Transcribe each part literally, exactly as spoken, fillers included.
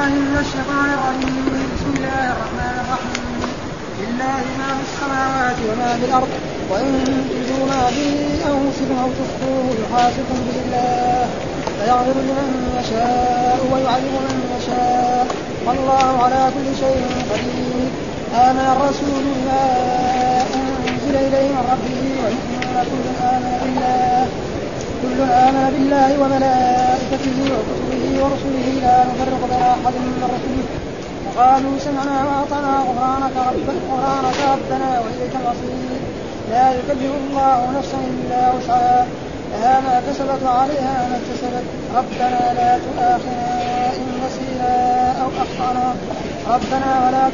بالله من الشيطان الرجيم. بسم الله الرحمن الرحيم. لله ما في السماوات وما في الأرض وإن تبدوا ما في أنفسكم أو تخفوه يحاسبكم به الله فيغفر لمن يشاء ويعذب من يشاء والله على كل شيء قدير. آمن الرسول بما أنزل إليه من ربه وإن كل آمن بالله كل آمن بالله وملائكته وكتبه ورسله لا نفرق بين أحد من رسله وقالوا سمعنا وأطعنا غفرانك غفرانك ربنا وإليك المصير. لا يكلف الله نفسا إلا وسعها لها ما كسبت وعليها ما اكتسبت ربنا لا تؤاخذنا إن نسينا أو أخطأنا ربنا ولا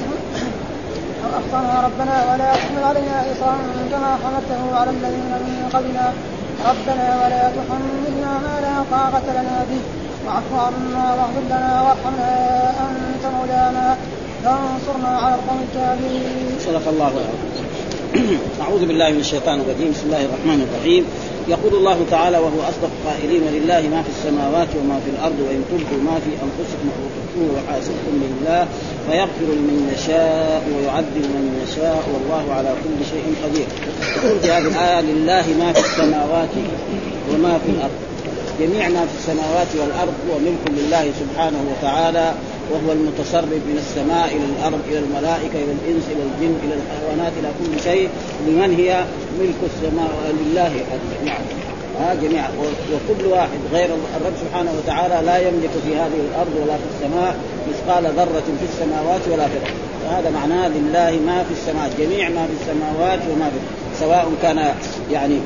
أو أخطأنا ربنا ولا تحمل علينا إصرا كما حملته على الذين من قبلنا ربنا ولا تحملنا ما لا طاقة لنا به واعف عنا واغفر لنا وارحمنا أنت مولانا فانصرنا على القوم الكافرين. صدق الله العظيم. أعوذ بالله من الشيطان الرجيم. بسم الله الرحمن الرحيم. يقول الله تعالى وهو أصدق القائلين لله ما في السماوات وما في الأرض وإن تبدوا ما في أنفسكم أو تخفوه وحاسبكم لله فيغفر لمن يشاء ويعذب من يشاء والله على كل شيء قدير. تقول في هذه الآية لله ما في السماوات وما في الأرض. جميع ما في السماوات والأرض هو ملك لله سبحانه وتعالى وهو المتصرف من السماء إلى الأرض إلى الملائكة إلى الإنس إلى الجن إلى الحيوانات إلى كل شيء لمن هي ملك السماء لله جميعا ها جميعا. وكل واحد غير الرب سبحانه وتعالى لا يملك في هذه الأرض ولا في السماء مثقال ذرة في السماوات ولا في الأرض. فهذا معناه لله ما في السماء جميع ما في السماوات وما في سواء كان يعني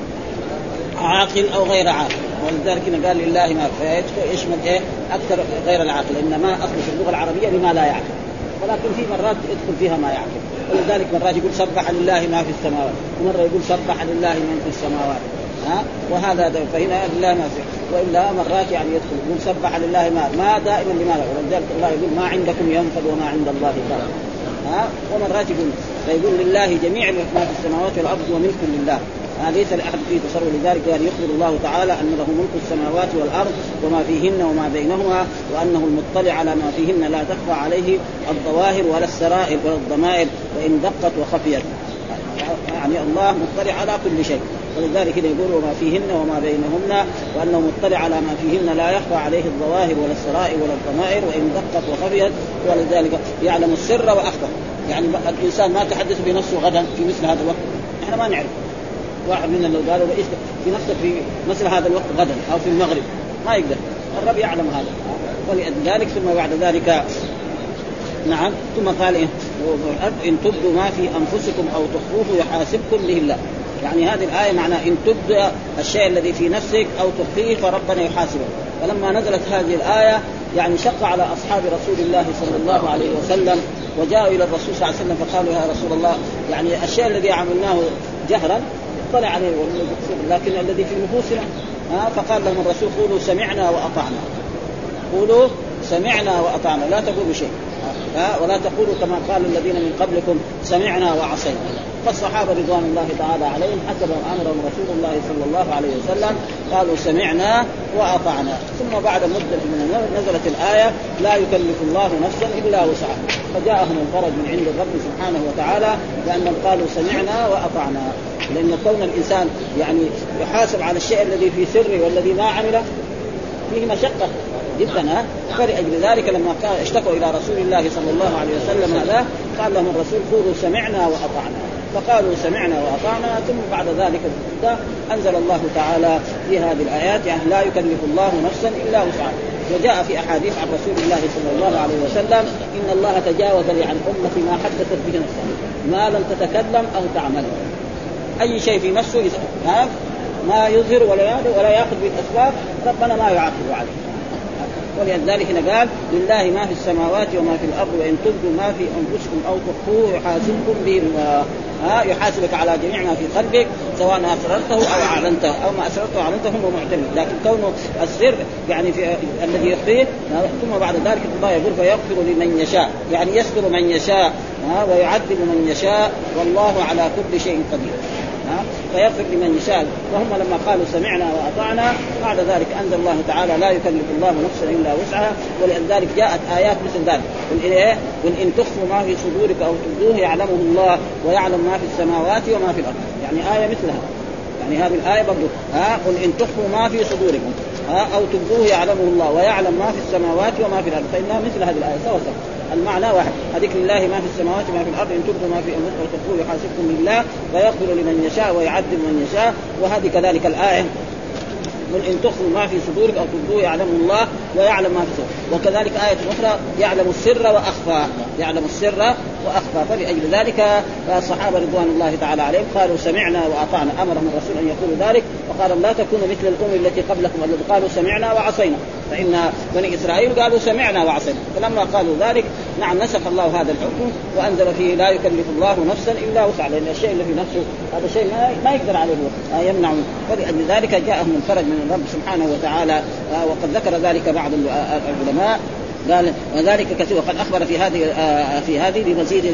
عاقل أو غير عاقل. ولذلك قال لله ما فيشمل إيه أكثر غير العاقل إنما أصل في اللغة العربية لما لا يعقل ولكن في مرات يدخل فيها ما يعقل. ولذلك مرات يقول سبح لله ما في السماوات ومرة يقول سبح لله من في السماوات ها وهذا فهنا لله ما في وإلا مرات يعني يدخل يقول سبح لله ما ما دائما لماذا. ولذلك الله يقول ما عندكم ينفد وما عند الله باق ها ومرات يقول فيقول لله جميع ما في السماوات والأرض وملك لله ليس لأحد فيه تصرف. لذلك يعني يخبر الله تعالى أن له ملك السماوات والأرض وما فيهن وما بينهما وأنه المطلع على ما فيهن لا تخفى عليه الظواهر ولا السرائر ولا الضمائر وإن دقت وخفيت يعني الله مطلع على كل شيء. ولذلك يقول وما فيهن وما بينهن وأنه مطلع على ما فيهن لا يخفى عليه الظواهر ولا السرائر ولا الضمائر وإن دقت وخفيت. ولذلك يعلم السر وأخفى. يعني الإنسان ما تحدث بنفسه غدا في مثل هذا الوقت إحنا ما نعرف. واحد منا لو قالوا رئيس في نفسه في مثل هذا الوقت غدا أو في المغرب ما يقدر. الرب يعلم هذا. ولذلك ثم بعد ذلك نعم ثم قال إيه إن تبدوا ما في أنفسكم أو تخفوه يحاسبكم به الله. يعني هذه الآية معناها إن تبدوا الشيء الذي في نفسك أو تخفيه فربنا يحاسبه. فلما نزلت هذه الآية يعني شق على أصحاب رسول الله صلى الله عليه وسلم وجاءوا إلى الرسول صلى الله عليه وسلم فقالوا يا رسول الله يعني الشيء الذي عملناه جهرا طلع عليه لكن الذي في نفوسنا ها فقال لهم الرسول قولوا سمعنا وأطعنا قولوا سمعنا وأطعنا لا تقولوا شيء ها ولا تقولوا كما قال الذين من قبلكم سمعنا وعصينا. فالصحابة رضوان الله تعالى عليهم حسب أمرهم رسول الله صلى الله عليه وسلم قالوا سمعنا وأطعنا. ثم بعد مدة من نزلت الآية لا يكلف الله نفسا إلا وسعها فجاءهم الفرج من عند الرب سبحانه وتعالى لأنهم قالوا سمعنا وأطعنا. لأن كون الإنسان يعني يحاسب على الشيء الذي في سره والذي ما عمله فيه مشقة جدا ها. فلأجل ذلك لما اشتكوا إلى رسول الله صلى الله عليه وسلم هذا قال لهم الرسول قولوا سمعنا وأطعنا فقالوا سمعنا وأطعنا. ثم بعد ذلك أنزل الله تعالى في هذه الآيات يعني لا يكلف الله نفسا إلا وسعها. وجاء في أحاديث عن رسول الله صلى الله عليه وسلم إن الله تجاوز لي عن أمتي ما حدثت به نفسها ما لم تتكلم أو تعمل. أي شيء في نفسه ها ما يظهر ولا ولا يأخذ بالأسباب ربنا ما يعاقب عليه. ولذلك هنا قال لله ما في السماوات وما في الأرض وإن تبدوا ما في أنفسكم أو تخفوه يحاسبكم به الله. ها يحاسبك على جميع ما في قلبك سواء أسررته أو أعلنته أو ما أسررته أو أعلنته هو معتمد. لكن كونه السر يعني في الذي يخفيه ثم بعد ذلك الله يقول فيغفر لمن يشاء يعني يستر من يشاء ويعذب من يشاء والله على كل شيء قدير. ها فيغفر لمن يشاء. وهم لما قالوا سمعنا وأطعنا بعد ذلك أنزل الله تعالى لا يكلف الله نفسا إلا وسعها. ولذلك جاءت آيات مثل ذلك قل إيه قل إن تخفوا ما في صدورك أو تبدوه يعلمه الله ويعلم ما في السماوات وما في الأرض. يعني آية مثلها يعني هذه الآية برضو ها قل إن تخفوا ما في صدوركم ها أو تبدوه يعلمه الله ويعلم ما في السماوات وما في الأرض فإنها مثل هذه الآية سوا سوا المعنى واحد. هذيك لله ما في السماوات وما في الأرض إن تبدوا ما في أنفسكم وتخفوه يحاسبكم بالله ويغفر لمن يشاء ويعذب من يشاء. وهذه كذلك الآية قل إن تخفوا ما في صدورك أو تبدوه يعلمه الله ويعلم ما في صدورك. وكذلك آية أخرى يعلم السر وأخفى يعلم السر وأخفى. فلأجل ذلك الصحابة رضوان الله تعالى عليهم قالوا سمعنا وأطعنا أمرهم الرسول أن يقولوا ذلك وقال لا تكونوا مثل الأمم التي قبلكم الذين قالوا سمعنا وعصينا فإن بني إسرائيل قالوا سمعنا وعصينا. فلما قالوا ذلك نعم نسخ الله هذا الحكم وأنزل فيه لا يكلف الله نفسا إلا وسعها لأن الشيء اللي في نفسه هذا شيء ما يقدر عليه يمنع. فلأجل ذلك جاءهم الفرج من الرب سبحانه وتعالى. وقد ذكر ذلك بعض العلماء قال وذلك كثير. وقد أخبر في هذه في هذه بمزيد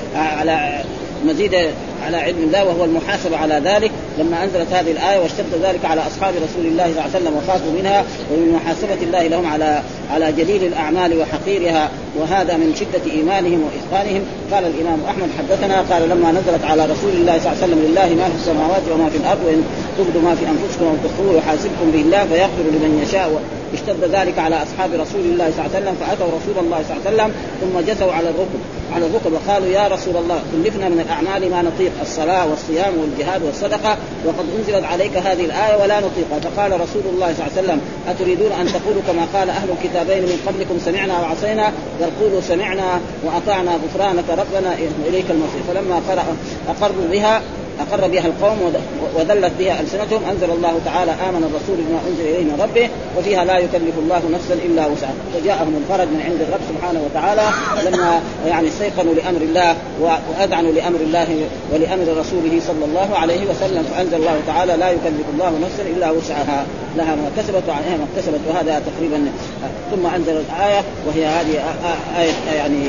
على مزيد على علم الله وهو المحاسبة على ذلك لما أنزلت هذه الآية واشتد ذلك على أصحاب رسول الله صلى الله عليه وسلم وخافوا منها ومن محاسبة الله لهم على على جليل الأعمال وحقيرها وهذا من شدة إيمانهم وإتقانهم. قال الإمام أحمد حدثنا قال لما نزلت على رسول الله صلى الله عليه وسلم لله ما في السماوات وما في الأرض وإن تبدوا ما في أنفسكم أو تخفوه يحاسبكم به الله فيغفر لمن يشاء. اشتد ذلك على أصحاب رسول الله صلى الله عليه وسلم فأتوا رسول الله صلى الله عليه وسلم ثم جثوا على الركب على الركب وقالوا يا رسول الله كلفنا من الأعمال ما نطيق الصلاة والصيام والجهاد والصدقة وقد أنزلت عليك هذه الآية ولا نطيقها. فقال رسول الله صلى الله عليه وسلم أتريدون أن تقولوا كما قال أهل الكتابين من قبلكم سمعنا وعصينا بل قولوا سمعنا وأطعنا غفرانك ربنا إليك المصير. فلما قرأ أقروا بها أقر بها القوم وذلت بها ألسنتهم أنزل الله تعالى آمن الرسول بما أنزل إليه من ربه وفيها لا يكلف الله نفسا إلا وسعها. فجاءهم الفرج من عند الرب سبحانه وتعالى لما يعني استيقنوا لأمر الله وأذعنوا لأمر الله ولأمر رسوله صلى الله عليه وسلم فأنزل الله تعالى لا يكلف الله نفسا إلا وسعها لها ما كسبت وعليها ما اكتسبت. وهذا تقريبا ثم أنزل الآية وهي هذه آية يعني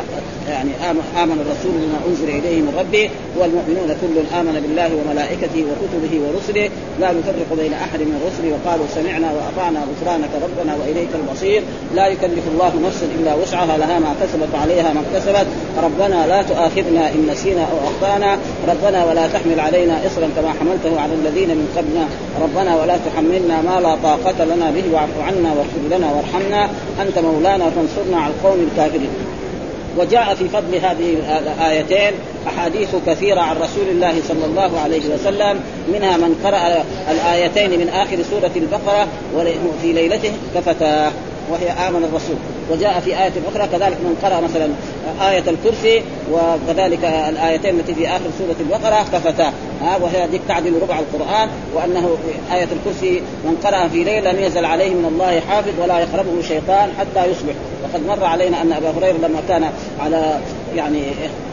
يعني آمن الرسول بما أنزل إليه من ربه والمؤمنون كل آمن بالله وملائكته وكتبه ورسله لا نفرق بين أحد من رسله وقالوا سمعنا وأطعنا غفرانك ربنا وإليك المصير. لا يكلف الله نفسا إلا وسعها لها ما كسبت عليها ما اكتسبت. ربنا لا تؤاخذنا إن نسينا أو أخطأنا ربنا ولا تحمل علينا إصرا كما حملته على الذين من قبلنا ربنا ولا تحملنا ما لا طاقة لنا به واعف عنا واغفر لنا وارحمنا أنت مولانا فانصرنا على القوم الكافرين. وجاء في فضل هذه الآيتين أحاديث كثيرة عن رسول الله صلى الله عليه وسلم منها من قرأ الآيتين من آخر سورة البقرة في ليلته كفتاه وهي آمن الرسول. وجاء في آية أخرى كذلك من قرأ مثلا آية الكرسي وكذلك الآيتين التي في آخر سورة البقرة كفتاه وهي ذيك تعدل ربع القرآن. وأنه آية الكرسي من قرأ في ليلة لم يزل عليه من الله حافظ ولا يقربه شيطان حتى يصبح. وقد مر علينا أن أبا هريرة لما كان على يعني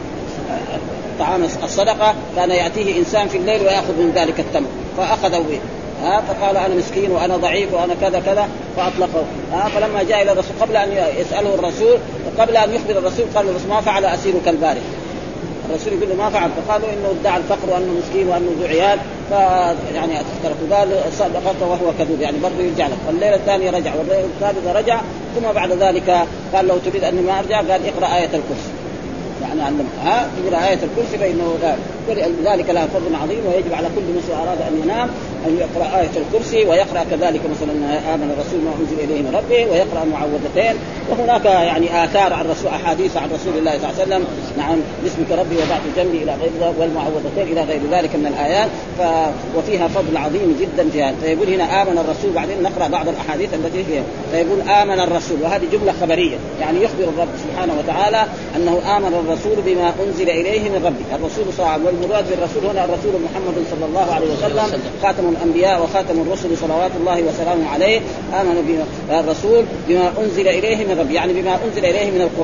طعام الصدقة كان يأتيه إنسان في الليل ويأخذ من ذلك التمر فأخذه به ها فقال أنا مسكين وأنا ضعيف وأنا كذا كذا فأطلقه. ها فلما جاء إلى الرسول قبل أن يسأله الرسول قبل أن يخبر الرسول قال الرسول ما فعل أسيرك البارح. الرسول يقول له ما فعل فقالوا إنه ادعى الفقر وأنه مسكين وأنه ذو عيال فيعني تركوا قال صدقته وهو كذوب يعني برضه يرجع لك. والليلة الثانية رجع والليلة الثالثة رجع ثم بعد ذلك قال له تريد أن ما أرجع قال اقرأ آية الكرسي يعني علم ها يقرأ آية الكرسي فإنه ذلك لها فضل عظيم ويجب على كل مسلم أراد أن ينام أن يقرأ آية الكرسي ويقرأ كذلك مثلا آمن الرسول ما أنزل إليه من ربه ويقرأ المعوذتين. وهناك يعني آثار عن رسول أحاديث عن رسول الله صلى الله عليه وسلم نعم باسمك ربي وضعت جنبي إلى غير والمعوذتين إلى غير ذلك من الآيات ف... وفيها فضل عظيم جدا فيها. فيقول هنا آمن الرسول بعدين نقرأ بعض الأحاديث التي فيها فيقول آمن الرسول وهذه جملة خبرية يعني يخبر الرب سبحانه وتعالى أنه آمن الرسول بما أنزل إليه من ربه. الرسول صلى الله عليه وسلم والمراد بالرسول هنا الرسول محمد صلى الله عليه وسلم خاتم الأنبياء وخاتم الرسل صلوات الله وسلامه عليه. آمن بالرسول بما أنزل إليه من ربه يعني بما أنزل إليه من القرآن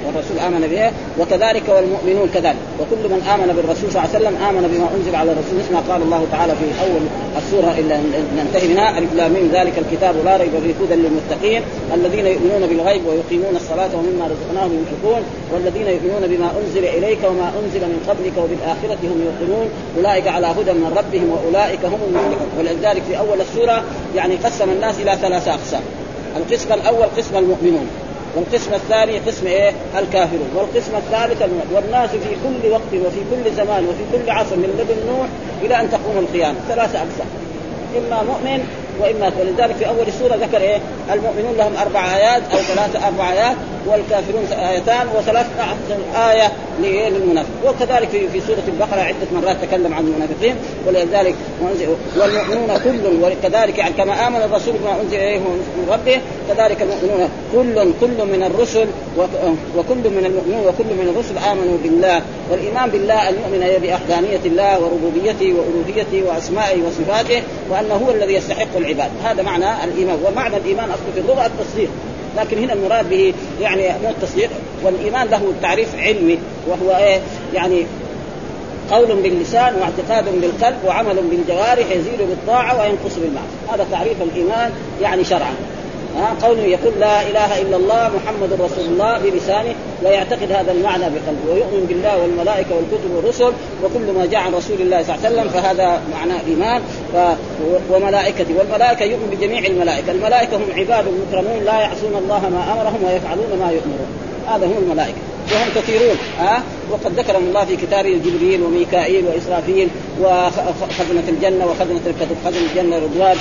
والرسول آمن به، وكذلك والمؤمنون كذلك، وكل من آمن بالرسول صلى الله عليه وسلم آمن بما أنزل على الرسول، مثل ما قال الله تعالى في أول السورة إلا ننتهي منها: ألف لام ميم ذلك الكتاب لا ريب فيه هدى للمتقين الذين يؤمنون بالغيب ويقيمون الصلاة ومما رزقناهم ينفقون والذين يؤمنون بما أنزل إليك وما أنزل من قبلك وبالآخرة هم يوقنون أولئك على هدى من ربهم وأولئك هم المفلحون. ولذلك في أول السورة يعني قسم الناس إلى ثلاثة أقسام: القسم الأول قسم المؤمنون، والقسم الثاني قسم إيه الكافرون، والقسم الثالث المؤمنون. والناس في كل وقت وفي كل زمان وفي كل عصر من لدن نوح إلى أن تقوم القيامة ثلاثة أقسام: إما مؤمن وإما. ولذلك في أول السورة ذكر إيه المؤمنون لهم أربع آيات أو ثلاثة أربع آيات، والكافرون آيتان وثلاث آية للمنافق. وكذلك في في سورة البقرة عدة مرات تكلم عن المنافقين. ولذلك والمؤمنون كل، وكذلك يعني كما آمن الرسول بما أنزل إليه من ربه كذلك المؤمنون كل كل من الرسل وكل من المؤمنون وكل من الرسل آمنوا بالله. والإيمان بالله المؤمن بأحدانية الله وربوبيته وألوهيته وأسمائه وصفاته وأنه هو الذي يستحق العباد. هذا معنى الإيمان. ومعنى الإيمان أصله في اللغة التصديق، لكن هنا المراد به يعني مو التصديق. والإيمان له تعريف علمي وهو إيه يعني قول باللسان واعتقاد بالقلب وعمل بالجوارح يزيد بالطاعة وينقص بالمعصية. هذا تعريف الإيمان يعني شرعا. ها قوله يقول لا إله إلا الله محمد رسول الله بلسانه ويعتقد هذا المعنى بقلبه، ويؤمن بالله والملائكة والكتب والرسل وكل ما جاء عن رسول الله صلى الله عليه وسلم، فهذا معنى الإيمان. ف... وملائكته، والملائكة يؤمن بجميع الملائكة. الملائكة هم عباد مكرمون لا يعصون الله ما أمرهم ويفعلون ما يؤمرون. هذا هم الملائكة وهم كثيرون. ها وقد ذكرهم الله في كتابه: جبريل وميكائيل وإسرافيل وخزنة الجنة وخزنة الكتب، خزنة الجنة رضوان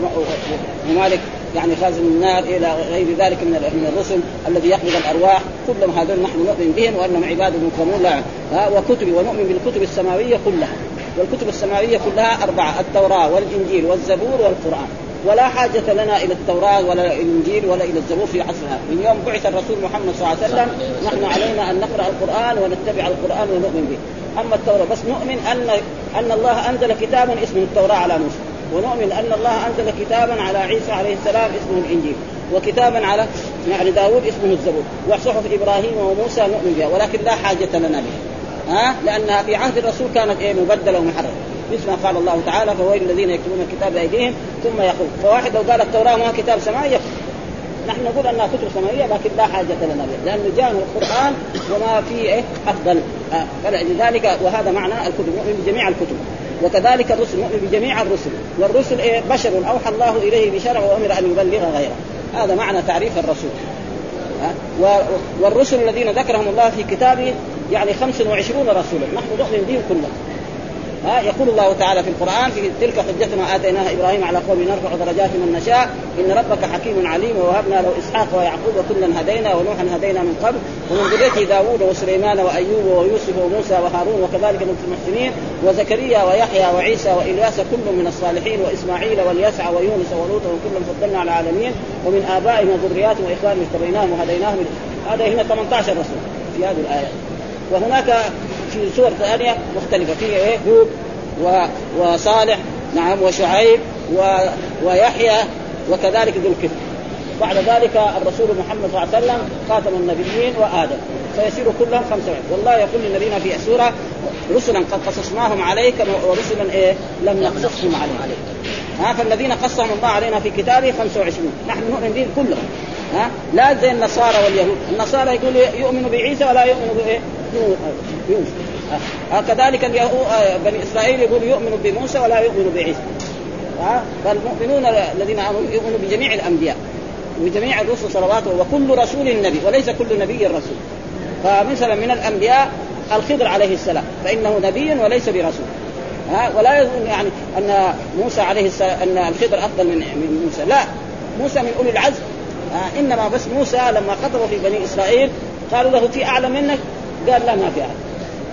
ومالك يعني خازن النار إلى غير ذلك من الرسل الذي يقبض الأرواح. كلهم هذول نحن نؤمن بهم وأنهم عباد مكرمون. لا وكتب، ونؤمن بالكتب السماوية كلها. والكتب السماوية كلها أربعة: التوراة والإنجيل والزبور والقرآن. ولا حاجة لنا إلى التوراة ولا الإنجيل ولا إلى الزبور في عصرنا. من يوم بعث الرسول محمد صلى الله عليه وسلم نحن علينا أن نقرأ القرآن ونتبع القرآن ونؤمن به. أما التوراة بس نؤمن أن أن الله أنزل كتابا اسمه التوراة على موسى، ونؤمن أن الله أنزل كتابا على عيسى عليه السلام اسمه الإنجيل، وكتابا على يعني داود اسمه الزبور، وصحف إبراهيم وموسى نؤمن بها، ولكن لا حاجة لنا بها. ها لأنها في عهد الرسول كانت إيه مبدلة ومحررة، مثل ما قال الله تعالى: فويل الذين يكتبون الكتاب بأيديهم ثم يقول. فواحد لو قال التوراة ما كتاب سماوي نحن نقول أنها كتب سماوية لكن لا حاجة لنا بها، لأنه جاءنا القرآن وما فيه إيه أفضل. آه. فلذلك وهذا معنى الكتب، نؤمن بجميع الكتب. وكذلك الرسل نؤمن بجميع الرسل، والرسل إيه بشر أوحى الله إليه بشرع وأمر أن يبلغ غيره. هذا معنى تعريف الرسول. آه. والرسل الذين ذكرهم الله في كتابه يعني خمس وعشرون رسولا نحن نؤمن بهم كلهم. ها يقول الله تعالى في القرآن: في تلك حجتنا آتيناها إبراهيم على قوم نرفع درجات من نشاء إن ربك حكيم عليم ووهبنا له إسحاق ويعقوب كلا هدينا ونوحا هدينا من قبل ومن ذريته داود وسليمان وأيوب ويوسف وموسى وهارون وكذلك من المحسنين وزكريا ويحيى وعيسى وإلياس كل من الصالحين وإسماعيل واليسع ويونس ولوطا وكلا فضلنا على العالمين ومن آبائهم وذرياتهم وإخوانهم اجتبيناهم وهديناهم. هذا هنا ثمانية عشر رسول في هذه الآية. وهناك في سور ثانية مختلفة فيه إيه هود وصالح نعم وشعيب و... ويحيى وكذلك ذو الكفل. بعد ذلك الرسول محمد صلى الله عليه وسلم خاتم النبيين وآدم، فيصير كلهم خمسة وعشرين. والله يقول لنبينا في سورة: رسلا قد قصصناهم عليك ورسلا إيه لم نقصصهم عليك. ها فالذين قصهم الله علينا في كتابه خمسة وعشرين نحن نؤمن بهم كلهم. ها لا زي النصارى واليهود، النصارى يقول يؤمنوا بعيسى ولا يؤمنوا بإيه يوسف. كذلك بني إسرائيل يقول يؤمنوا بموسى ولا يؤمنوا بعيسى. فالمؤمنون الذين يؤمنوا بجميع الأنبياء وبجميع الرسل صلواته، وكل رسول نبي وليس كل نبي رسول. فمثلا من الأنبياء الخضر عليه السلام فإنه نبي وليس برسول. ها ولا يظن يعني أن موسى عليه السلام أن الخضر أفضل من من موسى، لا، موسى من أولي العزم. إنما بس موسى لما خطبوا في بني إسرائيل قالوا له: في أعلى منك؟ قال: لا، ما في أعلى.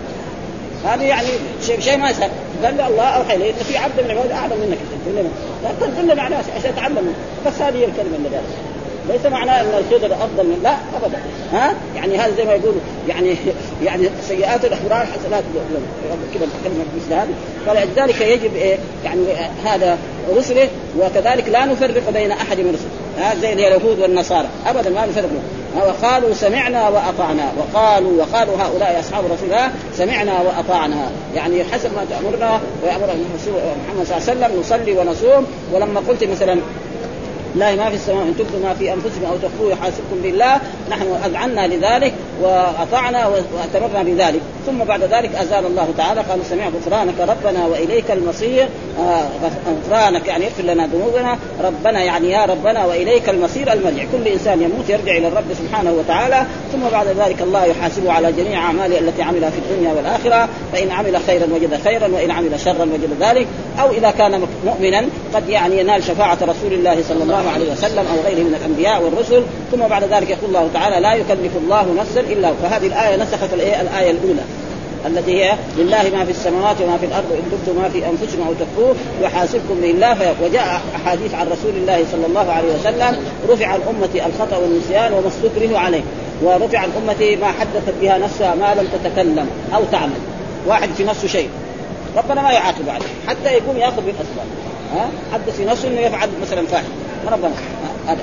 هذا يعني شيء شيء ما يسهل. قال له الله أوحى إليه إن في عبد من العباد أعلى منك، لا تدلنا على عشان تعلم منه. بس هذه الكلمة اللي قالها، ليس معناه أن الخضر أفضل من، لا أبدا. ها يعني هذا زي ما يقولوا يعني يعني سيئات الأحرار حسنات كذا كلمة مثل هذه. فلذلك يجب إيه يعني هذا رسله، وكذلك لا نفرق بين أحد من رسله. ها زي اليهود والنصارى أبدا ما نفرق. وقالوا سمعنا وأطعنا. وقالوا وقالوا هؤلاء أصحاب رسول الله سمعنا وأطعنا، يعني حسب ما تأمرنا ويأمر محمد صلى الله عليه وسلم نصلي ونصوم. ولما قلت مثلا لا ما في السماء إن تبدوا ما في أنفسكم أو تخفوه يحاسبكم بالله، نحن أذعنا لذلك وأطعنا وأتمرنا بذلك. ثم بعد ذلك أزال الله تعالى قال سمع غفرانك ربنا وإليك المصير. غفرانك يعني يغفر لنا ذنوبنا، ربنا يعني يا ربنا، وإليك المصير المرجع. كل إنسان يموت يرجع إلى الرب سبحانه وتعالى، ثم بعد ذلك الله يحاسبه على جميع أعماله التي عملها في الدنيا والآخرة. فإن عمل خيرا وجد خيرا، وإن عمل شرا وجد ذلك. أو إذا كان مؤمنا قد يعني ينال شفاعة رسول الله صلى الله عليه وسلم أو غيره من الأنبياء والرسل. ثم بعد ذلك يقول الله تعالى لا يكلف الله نفسا إلا. فهذه الآية نسخت الآية الأولى التي هي لله ما في السماوات وما في الأرض إن تبدوا ما في أنفسكم أو تخفوه يحاسبكم به الله. وجاء أحاديث عن رسول الله صلى الله عليه وسلم رفع عن أمتي الخطأ والنسيان وما استكره عليه، ورفع عن أمتي ما حدثت بها نفسها ما لم تتكلم أو تعمل. واحد في نفسه شيء ربنا ما يعاقب عليه حتى يقوم يأخذ بالأسباب. ها حدث في نفسه إنه يفعل مثلا فاحش ربنا هذا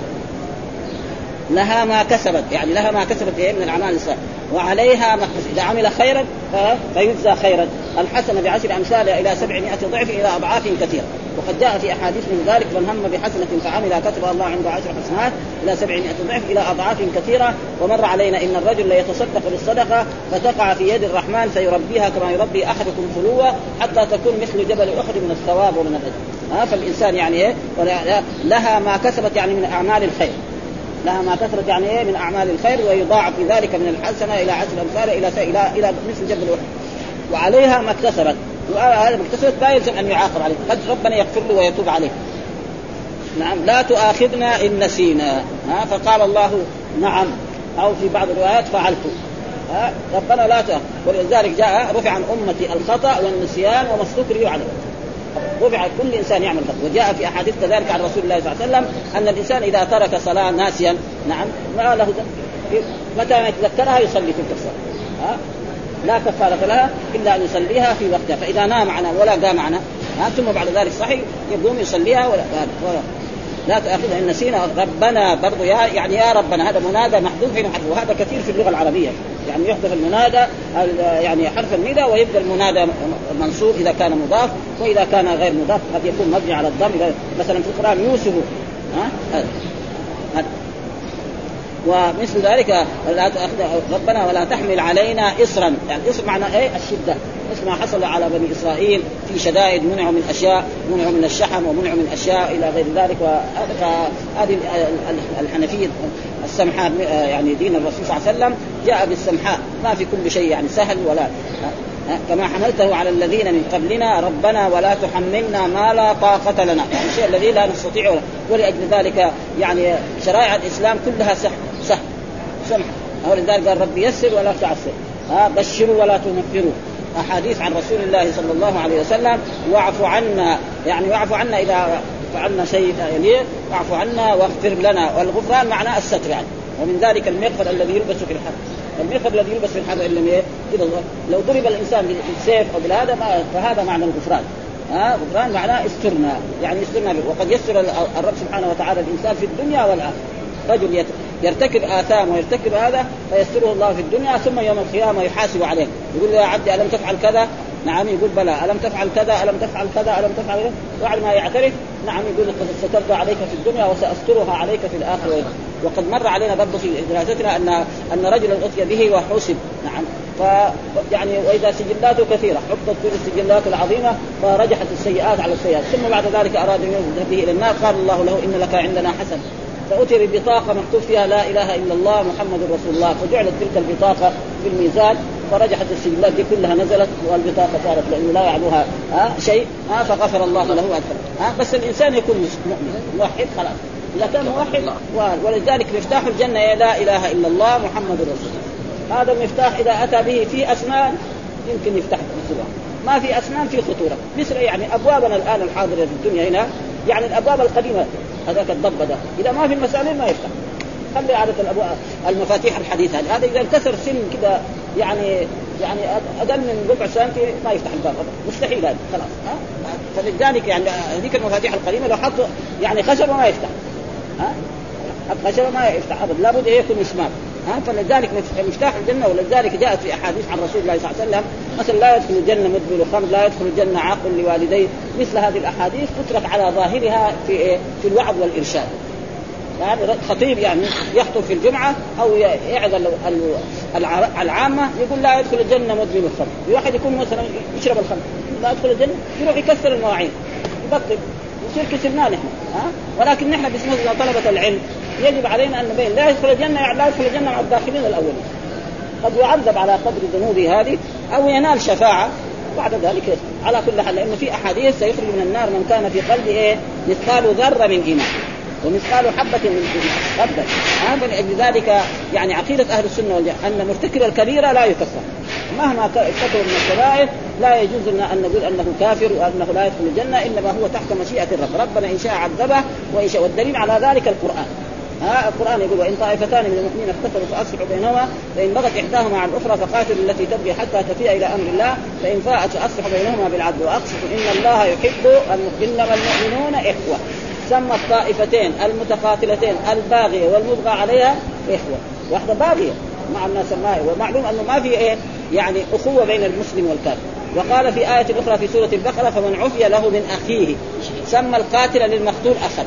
لها ما كسبت، يعني لها ما كسبت إيه من الأعمال الصالحة وعليها ما اكتسبت. إذا عمل خيرا فيجزى خيرا، الحسنة بعشر أمثالها إلى سبعمائة ضعف إلى أضعاف كثيرة. وقد جاء في أحاديث من ذلك من هم بحسنة فعملها كتب الله عنده عشر حسنات إلى سبعمائة ضعف إلى أضعاف كثيرة. ومر علينا إن الرجل لا يتصدق بالصدقة فتقع في يد الرحمن فيربيها كما يربي أحدكم فلوة حتى تكون مثل جبل أحد من الثواب ومن الأجر. ها فالإنسان يعني إيه لها ما كسبت يعني من أعمال الخير، لها ما كثرت يعني ايه من اعمال الخير، ويضاعف ذلك من الحسنه الى عشر امثال الى الى الى مثل جبل احد. وعليها ما اكتسبت، وهذا ما اكتسبت لا يلزم ان يعاقب عليه، قد ربنا يغفر له ويتوب عليه. نعم لا تؤاخذنا ان نسينا. ها فقال الله نعم، او في بعض الروايات فعلت. ها ربنا لا تؤاخذ. ولذلك جاء رفع عن امتي الخطا والنسيان وما استكرهوا عليه. رفع كل إنسان يعمل خطأ. وجاء في أحاديث كذلك عن رسول الله صلى الله عليه وسلم أن الإنسان إذا ترك صلاة ناسيا نعم ما له متى ما يتذكرها يصلي تلك الصلاة، ها لا كفارة لها إلا أن يصليها في وقتها. فإذا نام معنا ولا قام معنا ثم بعد ذلك صحيح يقوم يصليها ولا, ولا لا تأخذها إن نسينا. ربنا برضو يا يعني يا ربنا هذا منادى محذوف في محذوف، وهذا كثير في اللغة العربية يعني يحذف المنادى يعني حرف النداء ويبدأ المنادى منصوب إذا كان مضاف، وإذا كان غير مضاف قد يكون مبني على الضم. مثلا في القرآن يوسف ها ومثل ذلك لا ربنا ولا تحمل علينا إصرا، يعني إصر معنى إيه الشدة، مثل ما حصل على بني إسرائيل في شدائد منعوا من أشياء، منعوا من الشحم ومنعوا من أشياء إلى غير ذلك. وهذه الحنفية السمحاء يعني دين الرسول صلى الله عليه وسلم جاء بالسمحاء ما في كل شيء يعني سهل ولا كما حملته على الذين من قبلنا ربنا ولا تحملنا ما لا طاقة لنا، يعني الشيء الذي لا نستطيع. ولأجل ذلك يعني شرائع الإسلام كلها سهل سهل سمح. ولذلك قال رب يسر ولا تعسر، ها بشروا ولا تنفروا. أحاديث عن رسول الله صلى الله عليه وسلم واعف عنا، يعني واعف عنا إذا فعلنا شيء يليه واعف عنا واغفر لنا. والغفران معناه الستر يعني. ومن ذلك المغفر الذي يلبس في الحرب، المغفر الذي يلبس في الحرب اللي كده لو ضرب الإنسان بالسيف أو بالهذا فهذا معنى الغفران. ها غفران معناه استرنا، يعني استرنا به. وقد يسر الرب سبحانه وتعالى الإنسان في الدنيا والآخرة. رجل يرتكب آثام ويرتكب هذا فيستره الله في الدنيا، ثم يوم القيامة يحاسب عليه يقول له يا عبدي ألم تفعل كذا؟ نعم يقول بلى. ألم تفعل كذا؟ ألم تفعل كذا؟ ألم تفعل كذا؟ بعد ما يعترف نعم يقول قد سترت عليك في الدنيا وسأسترها عليك في الآخرة. وقد مر علينا برضه في دراستنا أن أن رجلا أتي به وحسب نعم ف يعني وإذا سجلاته كثيرة حطت في السجلات العظيمة فرجحت السيئات على السيئات، ثم بعد ذلك أراد أن يذهب به إلى النار قال الله له إن لك عندنا حسن، فأتي ببطاقة مكتوب فيها لا إله إلا الله محمد رسول الله، فجعلت تلك البطاقة في الميزان فرجحت السجلات دي كلها نزلت والبطاقة صارت لأنه لا يعلوها ها شيء ها فغفر الله له أكثر. ها بس الإنسان يكون مؤمن موحد خلاص، إذا كان موحد. ولذلك مفتاح الجنة لا إله إلا الله محمد رسول الله، هذا المفتاح إذا أتى به في أسنان يمكن يفتح بسرعة، ما في أسنان في خطورة. مثل يعني أبوابنا الآن الحاضرة في الدنيا هنا يعني الأبواب القديمة هذاك الضب ده إذا ما في المسالين ما يفتح. خلي عادة الأبواب المفاتيح الحديثة هذا إذا انكسر سن كده يعني يعني أقل من ربع سنتي ما يفتح الباب مستحيل هذا خلاص. ها فلذلك يعني هذيك المفاتيح القديمة لو حطوا يعني خشب ما يفتح. ها الخشبة ما يفتح أبدا، لابد يكون مسمار. ها فلذلك مفتاح الجنة. ولذلك جاءت في أحاديث عن رسول الله صلى الله عليه وسلم مثلا لا يدخل الجنة مدمن الخمر، لا يدخل الجنة عاق لوالديه. مثل هذه الأحاديث تترك على ظاهرها في في الوعظ والإرشاد. يعني خطيب يعني يخطب في الجمعة أو يعظ العامة يقول لا يدخل الجنة مدمن الخمر. واحد يكون مثلا يشرب الخمر لا يدخل الجنة، يروح يكسر المواعين يبطل يصير كسرنا نحن. ها ولكن نحن باسم طلبة العلم يجب علينا أن نبين لا يدخل الجنة يعني لا يدخل الجنة مع الداخلين الأولين، قد يعذب على قدر ذنوبه هذه أو ينال شفاعة بعد ذلك يدخل. على كل حال لأنه في أحاديث سيخرج من النار من كان في قلبه إيه مثقال ذرة من إيمان ومثقال حبة من إيمان أبدا. فلأجل ذلك يعني عقيدة أهل السنة والجماعة أن مرتكب الكبيرة لا يكفر مهما ارتكب من الكبائر، لا يجوز لنا أن نقول أنه كافر وأنه لا يدخل الجنة، إنما هو تحت مشيئة الرب. ربنا إن شاء عذبه وإن شاء. والدليل على ذلك القرآن. ها القرآن يقول وإن طائفتان من المؤمنين اقتتلوا فأصلحوا بينهما فإن بغت إحداهما عن الأخرى فقاتلوا التي تبغي حتى تفيء إلى أمر الله فإن فاءت فأصلحوا بينهما بالعدل وأقسطوا إن الله يحب إنما المؤمنون إخوة. سمى الطائفتين المتقاتلتين الباغية والمبغى عليها إخوة. واحدة باغية مع الناس ما ومعلوم أنه ما في إيه يعني أخوة بين المسلم والكافر. وقال في آية أخرى في سورة البقرة فمن عفي له من أخيه. سمى القاتل للمقتول أخا،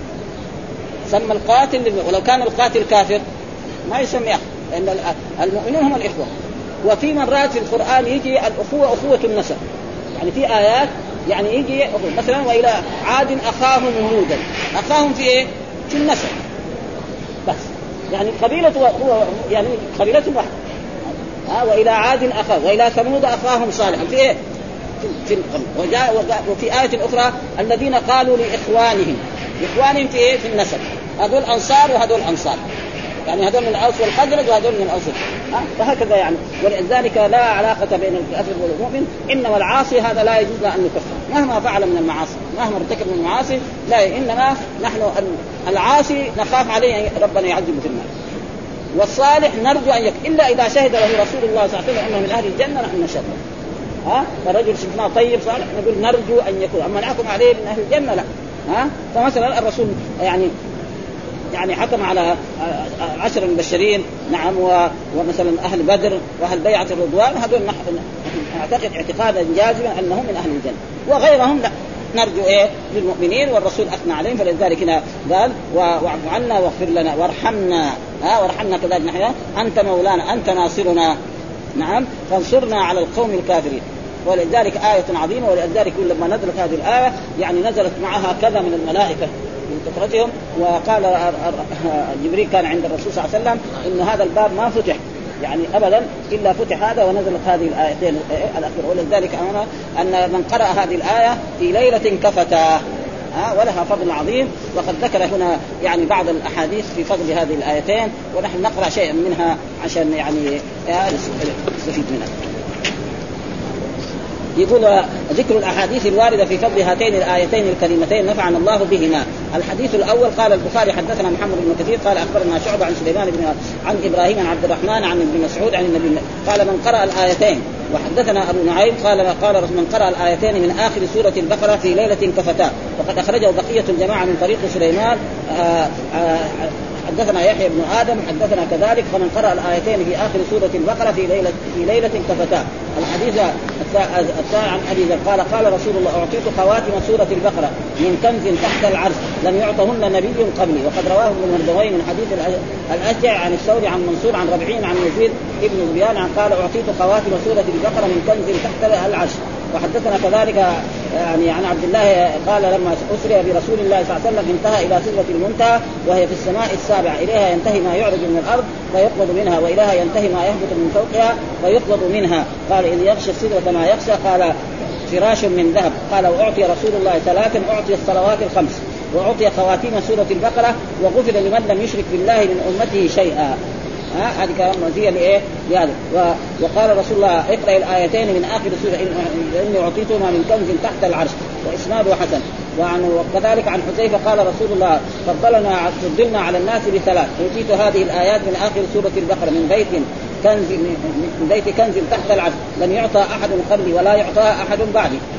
سمى القاتل للم... ولو كان القاتل كافر ما يسمي أخ، لأن المؤمنون هم الإخوة. وفي مرات في القرآن يجي الأخوة أخوة النسب، يعني في آيات يعني يجي مثلا وإلى عاد أخاهم هودا، أخاهم في إيه؟ في النسب بس، يعني قبيلة هو يعني قبيلة واحدة. ها وإلى عاد أخاه وإلى ثمود أخاهم صالحا في إيه؟ في وجاء وفي آية أخرى الذين قالوا لإخوانهم، إخوانهم في إيه؟ في النسب، هذول أنصار وهذول أنصار، يعني هذول من الأوس والخزرج وهذول من الأوس، وهكذا يعني. ولذلك لا علاقة بين الكافر والمؤمن، إنما العاصي هذا لا يجوز أن نكفر مهما فعل من المعاصي، مهما ارتكب من المعاصي لا، إنما نحن العاصي نخاف عليه ربنا يعذبه في النار، والصالح نرجو أن يكفر إلا إذا شهد له رسول الله صلى الله عليه وسلم أنه من أهل الجنة نحن نشهد. ها الرجل شفناه طيب صالح نقول نرجو أن يكون، أما نحكم عليه من أهل الجنة لا. ها فمثلا الرسول يعني يعني حكم على عشر المبشرين نعم، ومثلا أهل بدر وأهل بيعة الرضوان، هذول نعتقد اعتقادا جازما أنهم من أهل الجنة، وغيرهم لا نرجو إيه للمؤمنين، والرسول أثنى عليهم. فلذلك هنا قال واعف عنا واغفر لنا وارحمنا، ها وارحمنا كذلك نحن أنت مولانا أنت ناصرنا، نعم فانصرنا على القوم الكافرين. ولذلك آية عظيمة. ولذلك لما نزلت هذه الآية يعني نزلت معها كذا من الملائكة من كثرتهم، وقال جبريل كان عند الرسول صلى الله عليه وسلم إن هذا الباب ما فتح يعني أبدا إلا فتح هذا، ونزلت هذه الآيتين الأخيرة. ولذلك أنا أن من قرأ هذه الآية في ليلة كفتا ها ولها فضل عظيم. وقد ذكر هنا يعني بعض الأحاديث في فضل هذه الآيتين، ونحن نقرأ شيئا منها عشان يعني نستفيد منها. يقول ذكر الأحاديث الواردة في فضل هاتين الآيتين الكريمتين نفعنا الله بهما. الحديث الأول قال البخاري حدثنا محمد بن كثير قال أخبرنا شعبة عن سليمان بن عن إبراهيم عن عبد الرحمن عن ابن مسعود عن النبي قال من قرأ الآيتين. وحدثنا أبو نعيم قال قال من قرأ الآيتين من آخر سورة البقرة في ليلة كفتا، وقد أخرجه بقية الجماعة من طريق سليمان. آآ آآ حدثنا يحيى بن آدم حدثنا كذلك فمن قرأ الآيتين في آخر سورة البقرة في ليلة في ليلة كفتا. الحديث الثاني عن أبي ذر قال قال رسول الله أعطيت خواتم سورة البقرة من كنز تحت العرش لم يعطهن نبي قبلي. وقد رواه ابن مردويه من حديث الأشجع عن الثوري عن منصور عن ربيعين عن يزيد ابن ذبيان عن قال أعطيت خواتم سورة البقرة من كنز تحت العرش. وحدثنا كذلك يعني عن عبد الله قال لما أسري برسول الله صلى الله عليه وسلم انتهى إلى سدرة المنتهى وهي في السماء السابعة، إليها ينتهي ما يعرج من الأرض فيقبض منها، وإليها ينتهي ما يهبط من فوقها فيقبض منها. قال إذ يغشى السدرة ما يغشى قال فراش من ذهب. قال وأعطي رسول الله ثلاثا أعطي الصلوات الخمس وأعطي خواتيم سورة البقرة وغفر لمن لم يشرك بالله من أمته شيئا. ها هذه كلام مزيه لايه لهذا. وقال رسول الله اقرأ الآيتين من آخر سورة إني أعطيتهما من كنز تحت العرش وإسناده حسن. وكذلك عن حذيفة قال رسول الله فضلنا فضلنا على الناس بثلاث أوتيت هذه الآيات من آخر سورة البقرة من بيت كنز من بيت كنز تحت العرش لم يعطى أحد قبلي ولا يعطى أحد بعدي.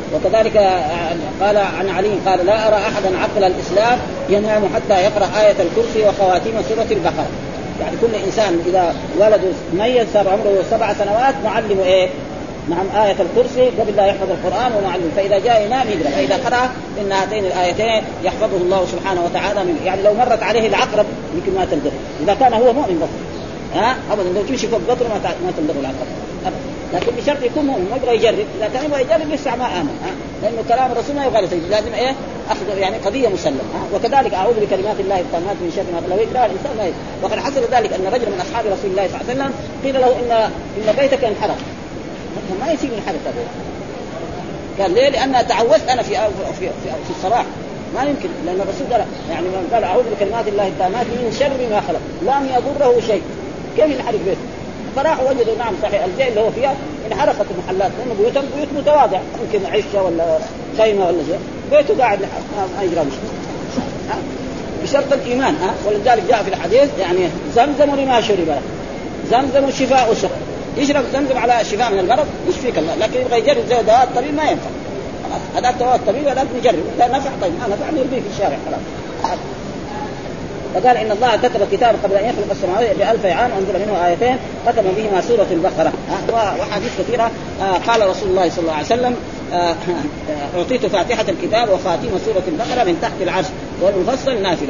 وكذلك قال عن علي قال لا أرى أحدا عقل الإسلام ينام حتى يقرأ آية الكرسي وخواتيم سورة البقرة. يعني كل إنسان إذا ولد ميت صار عمره سبع سنوات نعلمه إيه؟ نعم آية الكرسي قبل لا يحفظ القرآن ونعلم، فإذا جاء ينام يقرأ، فإذا قرأ إن هاتين الآيتين يحفظه الله سبحانه وتعالى من، يعني لو مرت عليه العقرب يمكن ما تلدغ إذا كان هو مؤمن بس، ها أبدا لو تمشي فوق قطر ما ما تلدغ العقرب أبدا، لكن بشرط يكون مؤمن ما يبغى يجرب، إذا كان يبغى يجرب لسه ما آمن، ها لأنه كلام الرسول ما يبغى لازم إيه أخذ يعني قضية مسلمة. وكذلك أعوذ بكلمات الله التامات من شر ما خلق، لو يقرأ الإنسان ما يقرأ. وقد حصل ذلك أن رجل من أصحاب رسول الله صلى الله عليه وسلم قيل له إن إن بيتك انحرق، ما يصير ينحرق هذا. قال ليه؟ لأن تعوذت أنا في في في, في الصباح ما يمكن، لأن الرسول قال يعني من قال أعوذ بكلمات الله التامات من شر ما خلق لم يضره شيء، كيف ينحرق بيته؟ فراحوا وجدوا نعم صحيح الجيل اللي هو فيها انحرقت المحلات، لأنه بيوتهم بيوت متواضع يمكن عشة ولا خيمة ولا شيء، بيته قاعد ما يجرى مشكلة بشرط الإيمان. ها ولذلك جاء في الحديث يعني زمزم لما شرب، زمزم شفاء وسق، يشرب زمزم على شفاء من المرض يشفيك الله، لكن يبغى يجرب زي دواء الطبيب ما ينفع، هذا دواء الطبيب لازم نجرب، لا نفع طيب ما نفع نرميه في الشارع خلاص. فقال إن الله كتب كتابا قبل أن يخلق السماوات بألف عام أنزل منه آيتين ختم بهما سورة البقرة. وحديث كثيرة قال رسول الله صلى الله عليه وسلم أعطيت فاتحة الكتاب وخاتم سورة البقرة من تحت العرش والمفصل نافلة.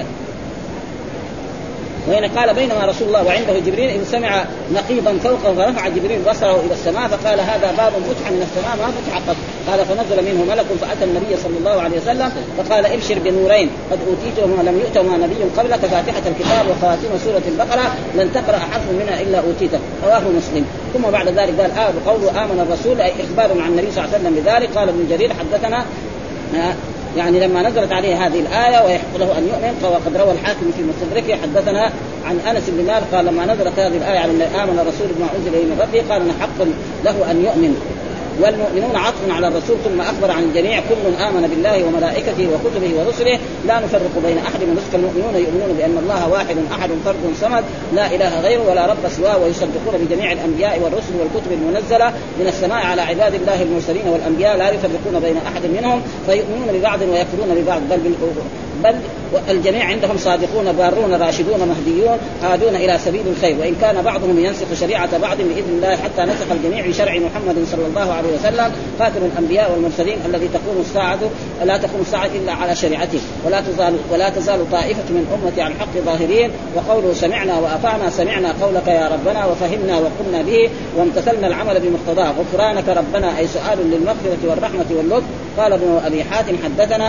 وهنا قال بينما رسول الله وعنده جبريل إن سمع نقيضا فوقه فرفع جبريل بصره إلى السماء فقال هذا باب فتح من السماء ما فتح قط. قال فنزل منه ملك فأتى النبي صلى الله عليه وسلم فقال ابشر بنورين قد أوتيتهما لم يؤتهما نبي قبلك فاتحة الكتاب وخاتم سورة البقرة لن تقرأ حرف منها إلا أوتيته. رواه مسلم. ثم بعد ذلك قال آه بقوله آمن الرسول أي إخبار عن النبي صلى الله عليه وسلم بذلك. قال ابن جرير حدثنا آه يعني لما نزلت عليه هذه الآية ويحق له أن يؤمن. وقد روى الحاكم في مستدركه حدثنا عن أنس بن مالك قال لما نزلت هذه الآية على آمن الرسول بما أنزل إليه من ربه قال حق له أن يؤمن والمؤمنون عطف على الرسول ثم أخبر عن الجميع كل آمن بالله وملائكته وكتبه ورسله لا نفرق بين أحد من رسل. المؤمنون يؤمنون بأن الله واحد أحد فرد صمد لا إله غيره ولا رب سواه ويصدقون بجميع الأنبياء والرسل والكتب المنزلة من السماء على عباد الله المرسلين والأنبياء لا يفرقون بين أحد منهم فيؤمنون ببعض ويكفرون ببعض بل بل الجميع عندهم صادقون بارون راشدون مهديون هادون إلى سبيل الخير وإن كان بعضهم ينسخ شريعة بعض بإذن الله حتى نسخ الجميع بشرع محمد صلى الله عليه وسلم خاتم الأنبياء والمرسلين الذي تقوم الساعة لا تقوم الساعة إلا على شريعته ولا تزال ولا تزال طائفة من أمتي على الحق ظاهرين. وقوله سمعنا وأطعنا سمعنا قولك يا ربنا وفهمنا وقمنا به وامتثلنا العمل بمقتضاه غفرانك ربنا أي سؤال للمغفرة والرحمة واللطف. قال ابن أبي حاتم حدثنا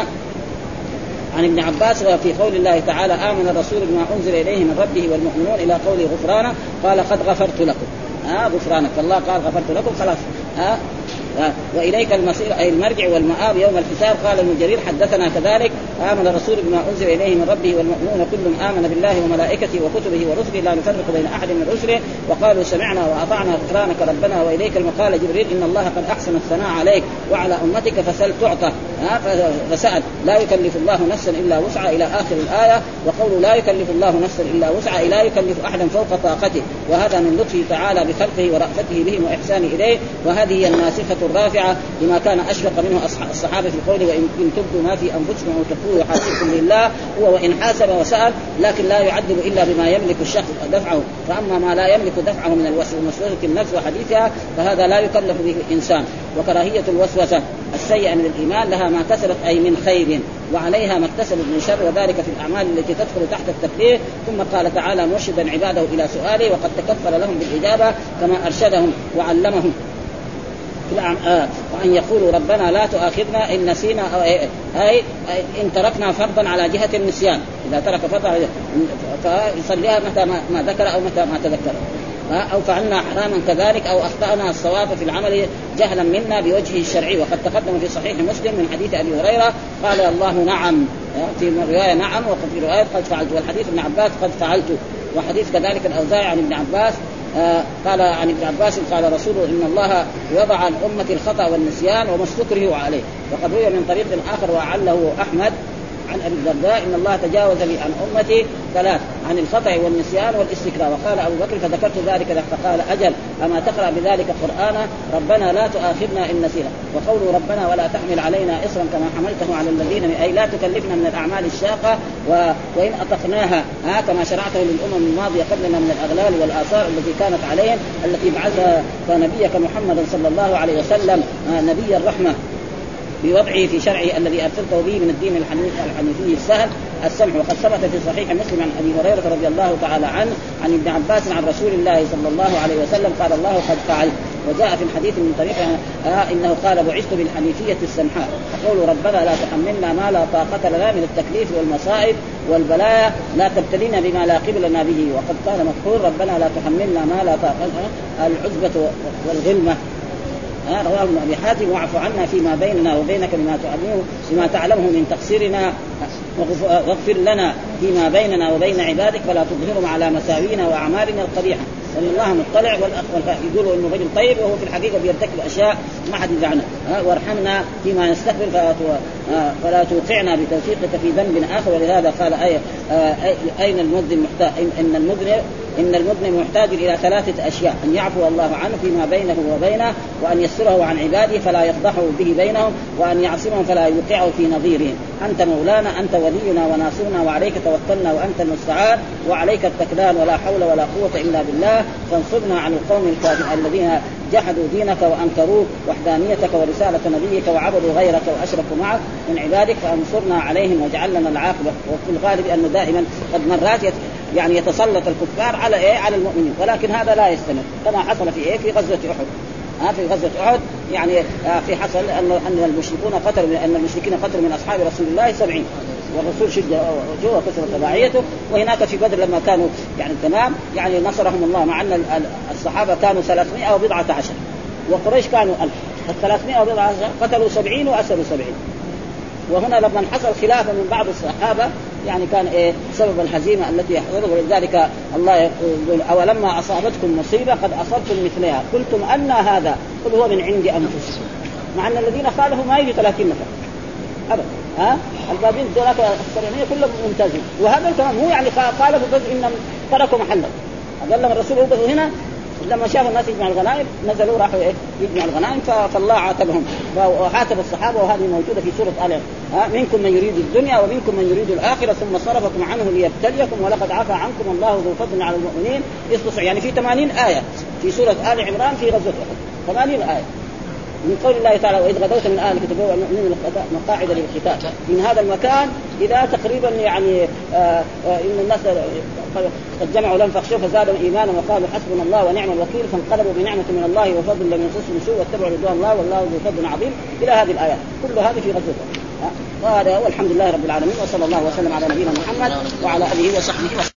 عن ابن عباس في قول الله تعالى آمن الرسول بما أنزل إليه من ربه والمؤمنون إلى قوله غفرانه قال قد غفرت لكم. آه غفرانك الله قال غفرت لكم خلاص. آه آه وإليك المصير أي المرجع والمآب يوم الحساب. قال ابن جرير حدثنا كذلك آمن الرسول بما أنزل إليه من ربه والمؤمنون كل آمن بالله وملائكته وكتبه ورسله لا نفرق بين أحد من رسله وقالوا سمعنا وأطعنا غفرانك ربنا وإليك المقال. جبريل إن الله قد أحسن الثناء عليك وعلى أمتك فسل تعطى. آه فسأل لا يكلف الله نفسا إلا وسعها إلى آخر الآية. وقول لا يكلف الله نفسا إلا وسعها لا يكلف أحدا فوق طاقته وهذا من لطفه تعالى بخلقه ورأفته بهم وإحسانه إليه. وهذه هي الناسخة الرافعة لما كان أشفق منه الصحابة في قوله وإن تبدوا ما في أنفسكم أو تخفوه يحاسبكم لله هو وإن حاسب وسأل لكن لا يعذب إلا بما يملك الشخص دفعه. فأما ما لا يملك دفعه من الوسوسة النفس وحديثها فهذا لا يكلف به الإنسان. وكراهية الوسوسة السيئة من الإيمان لها ما كسبت أي من خير وعليها ما اكتسبت من شر وذلك في الأعمال التي تدخل تحت التكليف. ثم قال تعالى مرشدا عباده إلى سؤاله وقد تكفل لهم بالإجابة كما أرشدهم وعلمهم آه. وأن يقولوا ربنا لا تؤاخذنا إن نسينا أو أي, أي إن تركنا فرضا على جهة النسيان إذا ترك فرضا فيصليها متى ما ذكر أو متى ما تذكر آه. أو فعلنا حراما كذلك أو أخطأنا الصواب في العمل جهلا منا بوجهه الشرعي. وقد تقدم في صحيح مسلم من حديث أبي هريرة قال الله نعم في رواية نعم وفي رواية قد فعلت. والحديث ابن عباس قد فعلت. وحديث كذلك الأوزاعي عن ابن عباس آه قال عن ابن عباس قال رسوله إن الله وضع عن أمة الخطأ والنسيان وما استكرهوا عليه. وقد روي من طريق آخر وعله أحمد عن عن ابي الدرداء ان الله تجاوز لي عن امتي ثلاث: عن الخطأ والنسيان والاستكراء. وقال ابو بكر فذكرت ذلك له فقال اجل اما تقرأ بذلك قرآنا ربنا لا تؤاخذنا ان نسينا. وقول ربنا ولا تحمل علينا اصرا كما حملته على الذين اي لا تكلفنا من الاعمال الشاقه و... وان اطقناها ها كما شرعته للامم الماضيه قبلنا من الاغلال والاثار التي كانت عليهم التي بعثها نبيك محمد صلى الله عليه وسلم نبي الرحمه بوضعه في شرعه الذي أرسلته به من الدين الحنيفي السهل السمح. وقد ثبت في صحيح مسلم عن أبي هريرة رضي الله تعالى عنه عن ابن عباس عن رسول الله صلى الله عليه وسلم قال الله قد فعل. وجاء في الحديث من طريق آه إنه قال بعثت بالحنيفية السمحاء. فقول ربنا لا تحملنا ما لا طاقة لنا من التكليف والمصائب والبلايا لا تبتلينا بما لا قبل لنا به. وقد قال مذكور ربنا لا تحملنا ما لا طاقة العزبة والغلمة. آه رواه ابن أبي حاتم واعف عنا فيما بيننا وبينك بما تعلمه بما تعلمه من تقصيرنا واغفر لنا فيما بيننا وبين عبادك ولا تظهرهم على مساوينا وأعمالنا القبيحة ان الله مطلع. والأخ يقولوا انه رجل طيب وهو في الحقيقه بيرتكب اشياء ما حد يدعنا. وارحمنا فيما نستغفر فلا فلا توقعنا بتوفيقك في ذنب اخر. ولهذا قال أي اين المذنب محتاج ان المذنب ان المذنب محتاج الى ثلاثه اشياء: ان يعفو الله عنه فيما بينه وبينه، وان يسره عن عباده فلا يفضحه به بينهم، وان يعصمهم فلا يوقعه في نظيرهم. انت مولانا انت ولينا وناصرنا وعليك توكلنا وانت المستعان وعليك التكلان ولا حول ولا قوه الا بالله فانصرنا عن القوم الكافرين الذين جحدوا دينك وانكروا وحدانيتك ورساله نبيك وعبدوا غيرك واشركوا معك من عبادك فانصرنا عليهم واجعل لنا العاقبه. وفي الغالب انه دائما قد مرات يعني يتسلط الكفار على ايه على المؤمنين، ولكن هذا لا يستمر كما حصل في ايه في غزوه احد. ها في غزوه احد يعني في حصل ان ان المشركون قتلوا ان المشركين قتلوا من اصحاب رسول الله سبعين والرسول شد وجهه وكسرت تبعيته. وهناك في بدر لما كانوا يعني تمام يعني نصرهم الله مع ان الصحابه كانوا ثلاثمائة وبضعة عشر وقريش كانوا ألف. الثلاثمائة وبضعة عشر قتلوا سبعين وأسروا سبعين. وهنا لما حصل خلافه من بعض الصحابه يعني كان إيه سبب الهزيمه التي يحصل. ولذلك الله يقول أولما أصابتكم مصيبة قد أصبتم مثلها قلتم أن هذا قل هو من عند أنفسكم. مع أن الذين خالفوا ما يجي ثلاثين نفر أبدا. ها البابين ذولاك السرينية كلهم ممتازين. وهذا كمان هو يعني خالفوا بس إنهم تركوا محله. قال لهم الرسول وقفوا هنا لما شافوا الناس يجمعوا الغنائم نزلوا راحوا إيه يجمعوا الغنائم فالله عاتبهم وعاتب الصحابة. وهذه موجودة في سورة آل عمران منكم من يريد الدنيا ومنكم من يريد الآخرة ثم صرفكم عنه ليبتليكم ولقد عفا عنكم الله ذو فضل على المؤمنين إذ يعني في ثمانين آية في سورة آل عمران في غزوة أحد ثمانين آية من قول الله تعالى وإذ غدوت من أهلك تبوأ المؤمنين مقاعد للقتال من هذا المكان إذا تقريبا يعني آآ آآ إن الناس قد جمعوا لهم فاخشوا فزادهم إيمانا وقالوا حسبنا الله ونعم الوكيل فانقلبوا بنعمة من الله وفضل لم يمسسهم سوء واتبعوا رضوان الله والله ذو فضل عظيم إلى هذه الآيات. كل هذه في غزوة. وهذا والحمد لله رب العالمين وصلى الله وسلم على نبينا محمد وعلى آله وصحبه وسلم.